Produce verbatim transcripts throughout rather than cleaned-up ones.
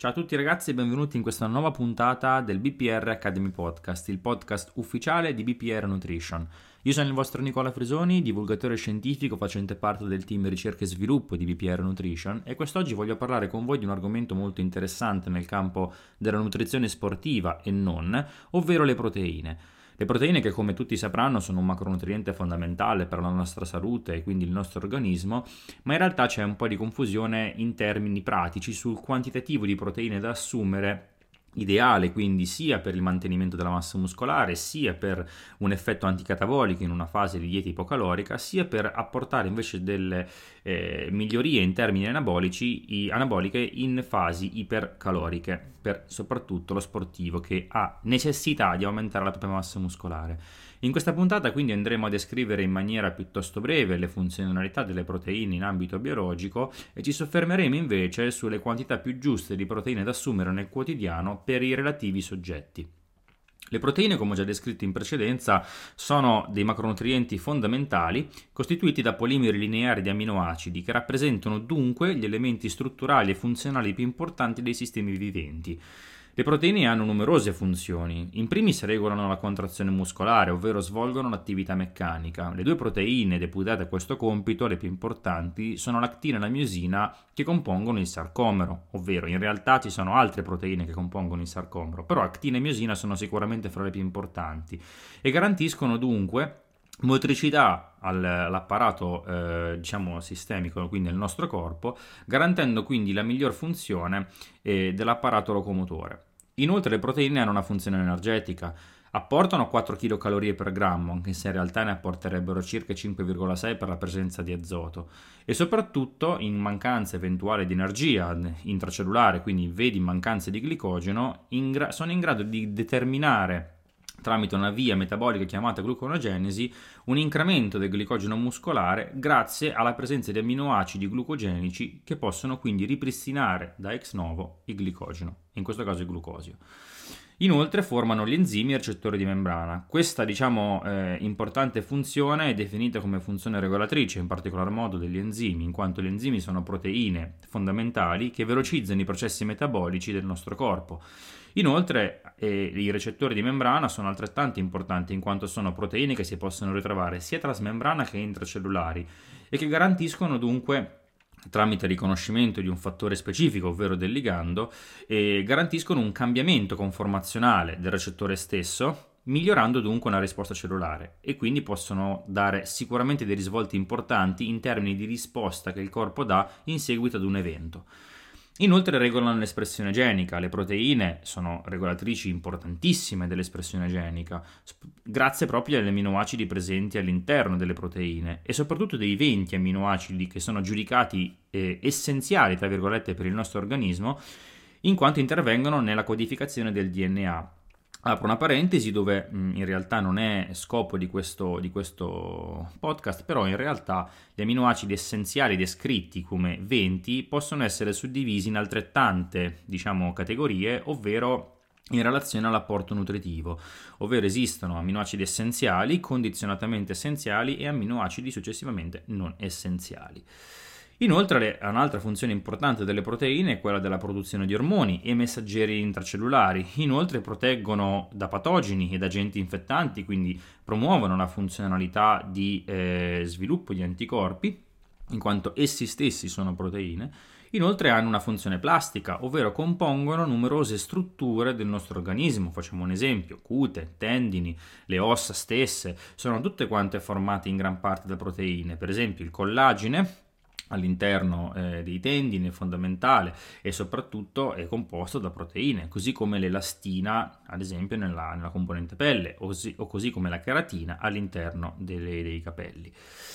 Ciao a tutti ragazzi e benvenuti in questa nuova puntata del B P R Academy Podcast, il podcast ufficiale di B P R Nutrition. Io sono il vostro Nicola Frisoni, divulgatore scientifico facente parte del team ricerca e sviluppo di B P R Nutrition, e quest'oggi voglio parlare con voi di un argomento molto interessante nel campo della nutrizione sportiva e non, ovvero le proteine. Le proteine che, come tutti sapranno, sono un macronutriente fondamentale per la nostra salute e quindi il nostro organismo, ma in realtà c'è un po' di confusione in termini pratici sul quantitativo di proteine da assumere ideale, quindi sia per il mantenimento della massa muscolare, sia per un effetto anticatabolico in una fase di dieta ipocalorica, sia per apportare invece delle eh, migliorie in termini anabolici, i, anaboliche in fasi ipercaloriche, per soprattutto lo sportivo che ha necessità di aumentare la propria massa muscolare. In questa puntata quindi andremo a descrivere in maniera piuttosto breve le funzionalità delle proteine in ambito biologico e ci soffermeremo invece sulle quantità più giuste di proteine da assumere nel quotidiano per i relativi soggetti. Le proteine, come ho già descritto in precedenza, sono dei macronutrienti fondamentali costituiti da polimeri lineari di amminoacidi che rappresentano dunque gli elementi strutturali e funzionali più importanti dei sistemi viventi. Le proteine hanno numerose funzioni. In primis regolano la contrazione muscolare, ovvero svolgono l'attività meccanica. Le due proteine deputate a questo compito, le più importanti, sono l'actina e la miosina, che compongono il sarcomero, ovvero in realtà ci sono altre proteine che compongono il sarcomero, però actina e miosina sono sicuramente fra le più importanti e garantiscono dunque motricità all'apparato eh, diciamo sistemico, quindi al nostro corpo, garantendo quindi la miglior funzione eh, dell'apparato locomotore. Inoltre le proteine hanno una funzione energetica, apportano quattro chilocalorie per grammo, anche se in realtà ne apporterebbero circa cinque virgola sei per la presenza di azoto, e soprattutto in mancanza eventuale di energia intracellulare, quindi vedi mancanza di glicogeno, in gra- sono in grado di determinare tramite una via metabolica chiamata gluconeogenesi, un incremento del glicogeno muscolare grazie alla presenza di amminoacidi glucogenici che possono quindi ripristinare da ex novo il glicogeno, in questo caso il glucosio. Inoltre formano gli enzimi e recettori di membrana. Questa, diciamo, eh, importante funzione è definita come funzione regolatrice, in particolar modo degli enzimi, in quanto gli enzimi sono proteine fondamentali che velocizzano i processi metabolici del nostro corpo. Inoltre eh, i recettori di membrana sono altrettanto importanti in quanto sono proteine che si possono ritrovare sia trasmembrana che intracellulari e che garantiscono dunque, tramite il riconoscimento di un fattore specifico, ovvero del ligando, eh, garantiscono un cambiamento conformazionale del recettore stesso, migliorando dunque una risposta cellulare, e quindi possono dare sicuramente dei risvolti importanti in termini di risposta che il corpo dà in seguito ad un evento. Inoltre regolano l'espressione genica. Le proteine sono regolatrici importantissime dell'espressione genica, sp- grazie proprio agli amminoacidi presenti all'interno delle proteine e soprattutto dei venti amminoacidi che sono giudicati eh, essenziali, tra virgolette, per il nostro organismo, in quanto intervengono nella codificazione del D N A. Apro una parentesi dove mh, in realtà non è scopo di questo, di questo podcast, però in realtà gli amminoacidi essenziali descritti come venti possono essere suddivisi in altrettante, diciamo, categorie, ovvero in relazione all'apporto nutritivo, ovvero esistono amminoacidi essenziali, condizionatamente essenziali e amminoacidi successivamente non essenziali. Inoltre un'altra funzione importante delle proteine è quella della produzione di ormoni e messaggeri intracellulari. Inoltre proteggono da patogeni ed agenti infettanti, quindi promuovono la funzionalità di eh, sviluppo di anticorpi, in quanto essi stessi sono proteine. Inoltre hanno una funzione plastica, ovvero compongono numerose strutture del nostro organismo. Facciamo un esempio: cute, tendini, le ossa stesse, sono tutte quante formate in gran parte da proteine. Per esempio il collagene all'interno eh, dei tendini è fondamentale e soprattutto è composto da proteine, così come l'elastina, ad esempio nella, nella componente pelle, o così, o così come la cheratina all'interno delle, dei capelli.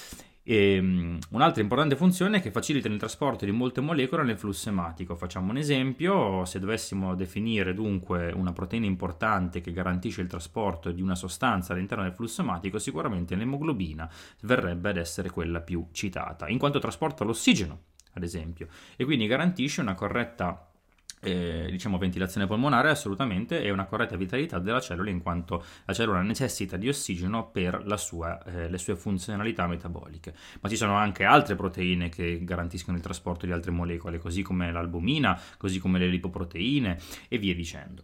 E, um, un'altra importante funzione è che facilitano il trasporto di molte molecole nel flusso ematico. Facciamo un esempio: se dovessimo definire dunque una proteina importante che garantisce il trasporto di una sostanza all'interno del flusso ematico, sicuramente l'emoglobina verrebbe ad essere quella più citata, in quanto trasporta l'ossigeno, ad esempio, e quindi garantisce una corretta Eh, diciamo ventilazione polmonare assolutamente, e una corretta vitalità della cellula, in quanto la cellula necessita di ossigeno per la sua, eh, le sue funzionalità metaboliche. Ma ci sono anche altre proteine che garantiscono il trasporto di altre molecole, così come l'albumina, così come le lipoproteine e via dicendo.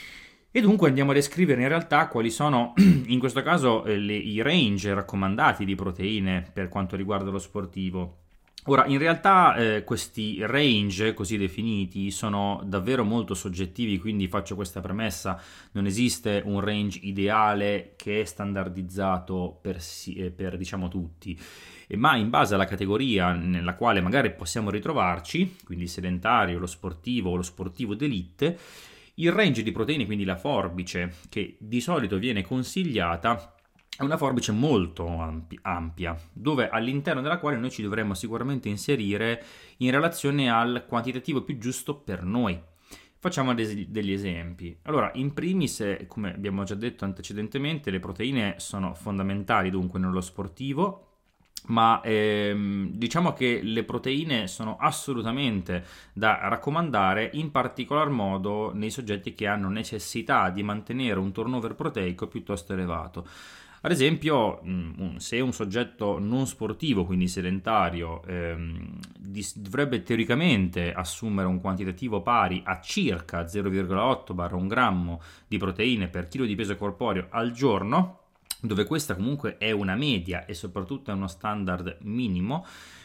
E dunque andiamo a descrivere in realtà quali sono, in questo caso, eh, le, i range raccomandati di proteine per quanto riguarda lo sportivo. Ora, in realtà eh, questi range così definiti sono davvero molto soggettivi, quindi faccio questa premessa: non esiste un range ideale che è standardizzato per, si- eh, per diciamo tutti, e ma in base alla categoria nella quale magari possiamo ritrovarci, quindi il sedentario, lo sportivo o lo sportivo d'elite, il range di proteine, quindi la forbice che di solito viene consigliata, è una forbice molto ampia, dove all'interno della quale noi ci dovremmo sicuramente inserire in relazione al quantitativo più giusto per noi. Facciamo degli esempi. Allora, in primis, come abbiamo già detto antecedentemente, le proteine sono fondamentali dunque nello sportivo, ma ehm, diciamo che le proteine sono assolutamente da raccomandare, in particolar modo nei soggetti che hanno necessità di mantenere un turnover proteico piuttosto elevato. Ad esempio, se un soggetto non sportivo, quindi sedentario, ehm, dovrebbe teoricamente assumere un quantitativo pari a circa zero virgola otto un grammo di proteine per chilo di peso corporeo al giorno, dove questa comunque è una media e soprattutto è uno standard minimo,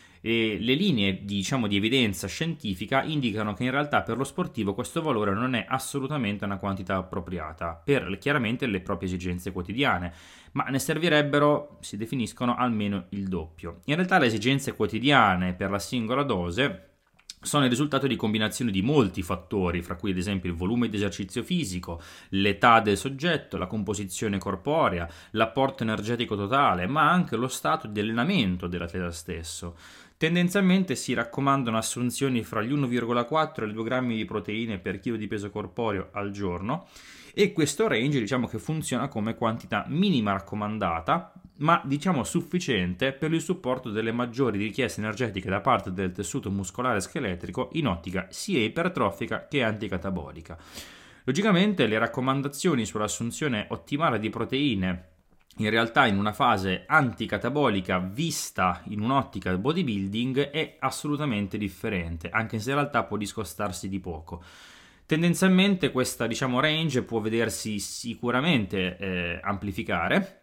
e le linee diciamo di evidenza scientifica indicano che in realtà per lo sportivo questo valore non è assolutamente una quantità appropriata per chiaramente le proprie esigenze quotidiane, ma ne servirebbero, si definiscono, almeno il doppio. In realtà le esigenze quotidiane per la singola dose sono il risultato di combinazioni di molti fattori, fra cui ad esempio il volume di esercizio fisico, l'età del soggetto, la composizione corporea, l'apporto energetico totale, ma anche lo stato di allenamento dell'atleta stesso. Tendenzialmente si raccomandano assunzioni fra gli uno virgola quattro e i due grammi di proteine per chilo di peso corporeo al giorno, e questo range diciamo che funziona come quantità minima raccomandata, ma diciamo sufficiente per il supporto delle maggiori richieste energetiche da parte del tessuto muscolare scheletrico in ottica sia ipertrofica che anticatabolica. Logicamente le raccomandazioni sull'assunzione ottimale di proteine in realtà in una fase anticatabolica vista in un'ottica bodybuilding è assolutamente differente, anche se in realtà può discostarsi di poco. Tendenzialmente questa diciamo range può vedersi sicuramente eh, amplificare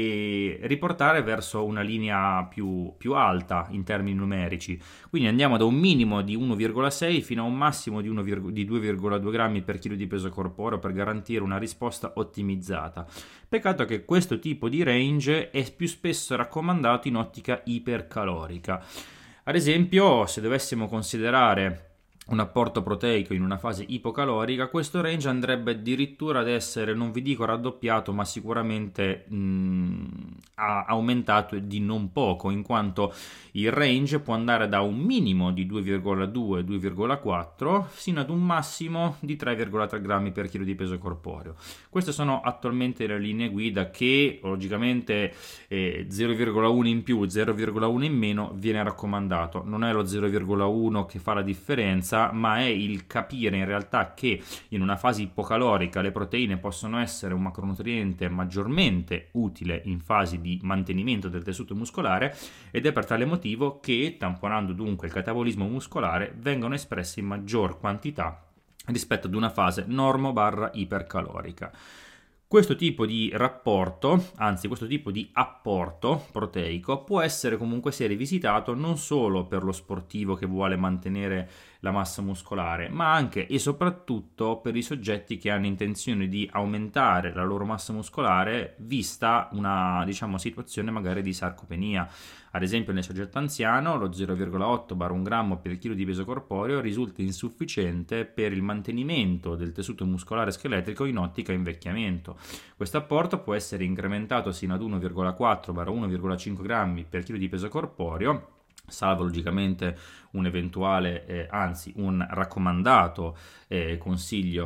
e riportare verso una linea più, più alta in termini numerici, quindi andiamo da un minimo di uno virgola sei fino a un massimo di, uno, di due virgola due grammi per chilo di peso corporeo per garantire una risposta ottimizzata. Peccato che questo tipo di range è più spesso raccomandato in ottica ipercalorica. Ad esempio, se dovessimo considerare un apporto proteico in una fase ipocalorica, questo range andrebbe addirittura ad essere, non vi dico raddoppiato, ma sicuramente mh, aumentato di non poco, in quanto il range può andare da un minimo di due virgola due due virgola quattro fino ad un massimo di tre virgola tre grammi per chilo di peso corporeo. Queste sono attualmente le linee guida che logicamente eh, zero virgola uno in più, zero virgola uno in meno viene raccomandato. Non è lo zero virgola uno che fa la differenza, ma è il capire in realtà che in una fase ipocalorica le proteine possono essere un macronutriente maggiormente utile in fasi di mantenimento del tessuto muscolare, ed è per tale motivo che, tamponando dunque il catabolismo muscolare, vengono espresse in maggior quantità rispetto ad una fase normo barra ipercalorica. Questo tipo di rapporto, anzi questo tipo di apporto proteico, può essere comunque sia rivisitato non solo per lo sportivo che vuole mantenere la massa muscolare, ma anche e soprattutto per i soggetti che hanno intenzione di aumentare la loro massa muscolare vista una, diciamo, situazione magari di sarcopenia. Ad esempio nel soggetto anziano lo zero virgola otto un grammo per chilo di peso corporeo risulta insufficiente per il mantenimento del tessuto muscolare scheletrico in ottica invecchiamento. Questo apporto può essere incrementato sino ad uno virgola quattro uno virgola cinque grammi per chilo di peso corporeo, salvo logicamente un eventuale, eh, anzi un raccomandato eh, consiglio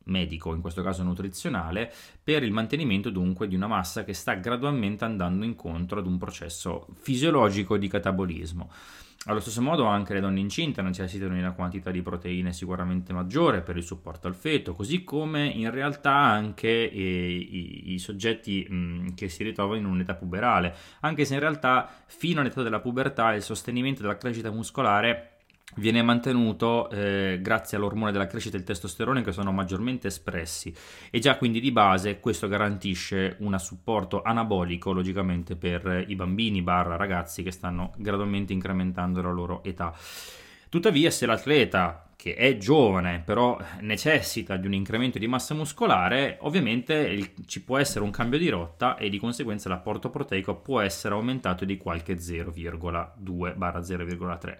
medico, in questo caso nutrizionale, per il mantenimento dunque di una massa che sta gradualmente andando incontro ad un processo fisiologico di catabolismo. Allo stesso modo anche le donne incinte necessitano di una quantità di proteine sicuramente maggiore per il supporto al feto, così come in realtà anche eh, i, i soggetti mh, che si ritrovano in un'età puberale, anche se in realtà fino all'età della pubertà il sostenimento della crescita muscolare viene mantenuto eh, grazie all'ormone della crescita e il testosterone, che sono maggiormente espressi, e già quindi di base questo garantisce un supporto anabolico logicamente per i bambini barra ragazzi che stanno gradualmente incrementando la loro età. Tuttavia, se l'atleta, che è giovane però necessita di un incremento di massa muscolare, ovviamente il, ci può essere un cambio di rotta e di conseguenza l'apporto proteico può essere aumentato di qualche zero virgola due zero virgola tre.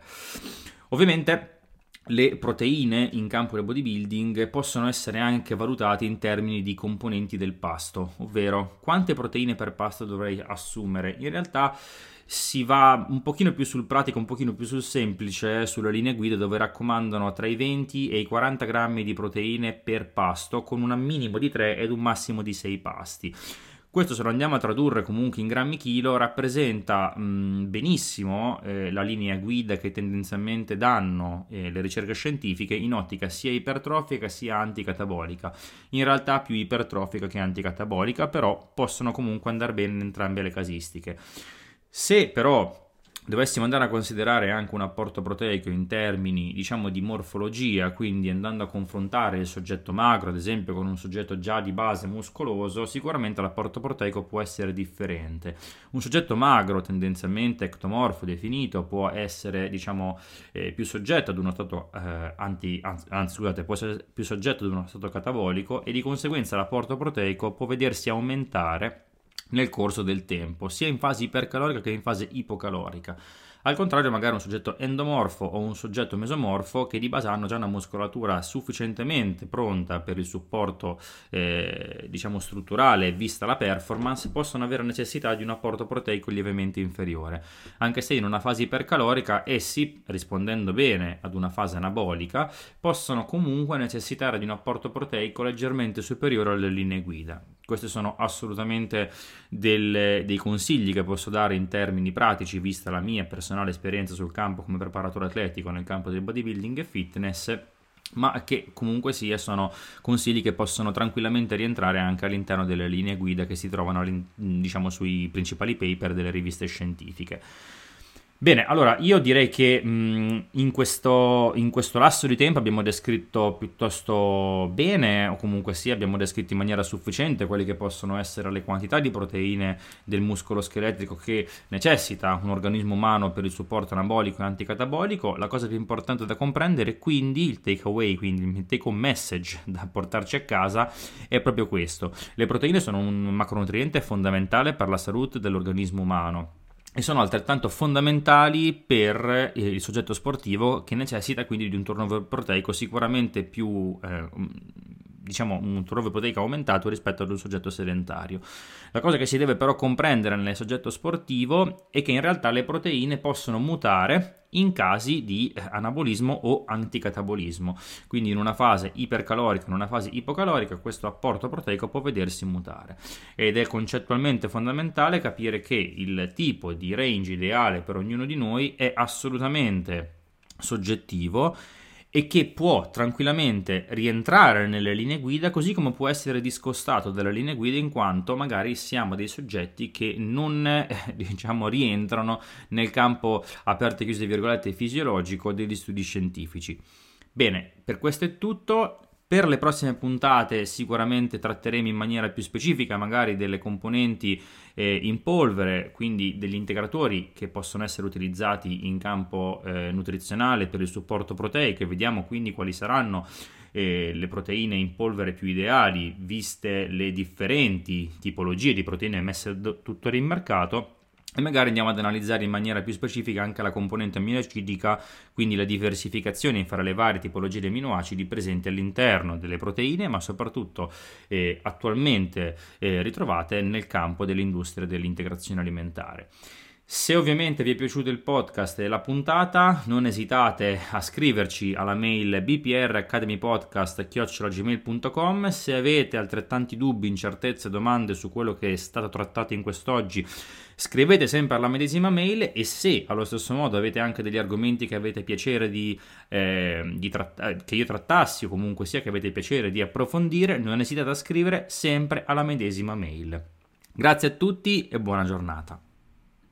Ovviamente le proteine in campo del bodybuilding possono essere anche valutate in termini di componenti del pasto, ovvero quante proteine per pasto dovrei assumere. In realtà si va un pochino più sul pratico, un pochino più sul semplice, sulle linee guida, dove raccomandano tra i venti e i quaranta grammi di proteine per pasto, con un minimo di tre ed un massimo di sei pasti. Questo, se lo andiamo a tradurre comunque in grammi chilo, rappresenta mh, benissimo eh, la linea guida che tendenzialmente danno eh, le ricerche scientifiche in ottica sia ipertrofica sia anticatabolica. In realtà più ipertrofica che anticatabolica, però possono comunque andare bene in entrambe le casistiche. Se però dovessimo andare a considerare anche un apporto proteico in termini, diciamo, di morfologia, quindi andando a confrontare il soggetto magro, ad esempio, con un soggetto già di base muscoloso, sicuramente l'apporto proteico può essere differente. Un soggetto magro, tendenzialmente ectomorfo definito, può essere, diciamo, eh, più soggetto ad uno stato eh, anti, anzi, anzi, scusate, può essere più soggetto ad uno stato catabolico, e di conseguenza l'apporto proteico può vedersi aumentare nel corso del tempo, sia in fase ipercalorica che in fase ipocalorica. Al contrario, magari un soggetto endomorfo o un soggetto mesomorfo che di base hanno già una muscolatura sufficientemente pronta per il supporto eh, diciamo strutturale, vista la performance, possono avere necessità di un apporto proteico lievemente inferiore, anche se in una fase ipercalorica essi, rispondendo bene ad una fase anabolica, possono comunque necessitare di un apporto proteico leggermente superiore alle linee guida. Questi sono assolutamente del, dei consigli che posso dare in termini pratici, vista la mia personale esperienza sul campo come preparatore atletico nel campo del bodybuilding e fitness, ma che comunque sia sono consigli che possono tranquillamente rientrare anche all'interno delle linee guida che si trovano diciamo sui principali paper delle riviste scientifiche. Bene, allora io direi che mh, in, questo, in questo lasso di tempo abbiamo descritto piuttosto bene, o comunque sì, abbiamo descritto in maniera sufficiente quelle che possono essere le quantità di proteine del muscolo scheletrico che necessita un organismo umano per il supporto anabolico e anticatabolico. La cosa più importante da comprendere, quindi, il take away, quindi il take home message da portarci a casa, è proprio questo. Le proteine sono un macronutriente fondamentale per la salute dell'organismo umano e sono altrettanto fondamentali per il soggetto sportivo, che necessita quindi di un turnover proteico sicuramente più eh, diciamo un turnover proteico aumentato rispetto ad un soggetto sedentario. La cosa che si deve però comprendere nel soggetto sportivo è che in realtà le proteine possono mutare in casi di anabolismo o anticatabolismo, quindi in una fase ipercalorica, in una fase ipocalorica, questo apporto proteico può vedersi mutare, ed è concettualmente fondamentale capire che il tipo di range ideale per ognuno di noi è assolutamente soggettivo e che può tranquillamente rientrare nelle linee guida, così come può essere discostato dalle linee guida, in quanto magari siamo dei soggetti che non eh, diciamo rientrano nel campo, aperte e chiuse virgolette, fisiologico degli studi scientifici. Bene, per questo è tutto. Per le prossime puntate sicuramente tratteremo in maniera più specifica magari delle componenti eh, in polvere, quindi degli integratori che possono essere utilizzati in campo eh, nutrizionale per il supporto proteico, e vediamo quindi quali saranno eh, le proteine in polvere più ideali, viste le differenti tipologie di proteine messe do- tuttora in mercato. E magari andiamo ad analizzare in maniera più specifica anche la componente aminoacidica, quindi la diversificazione fra le varie tipologie di aminoacidi presenti all'interno delle proteine, ma soprattutto eh, attualmente eh, ritrovate nel campo dell'industria dell'integrazione alimentare. Se ovviamente vi è piaciuto il podcast e la puntata, non esitate a scriverci alla mail b p r academy podcast chiocciola gmail punto com. Se avete altrettanti dubbi, incertezze, domande su quello che è stato trattato in quest'oggi, scrivete sempre alla medesima mail, e se allo stesso modo avete anche degli argomenti che avete piacere di, eh, di tratt- che io trattassi, o comunque sia che avete piacere di approfondire, non esitate a scrivere sempre alla medesima mail. Grazie a tutti e buona giornata.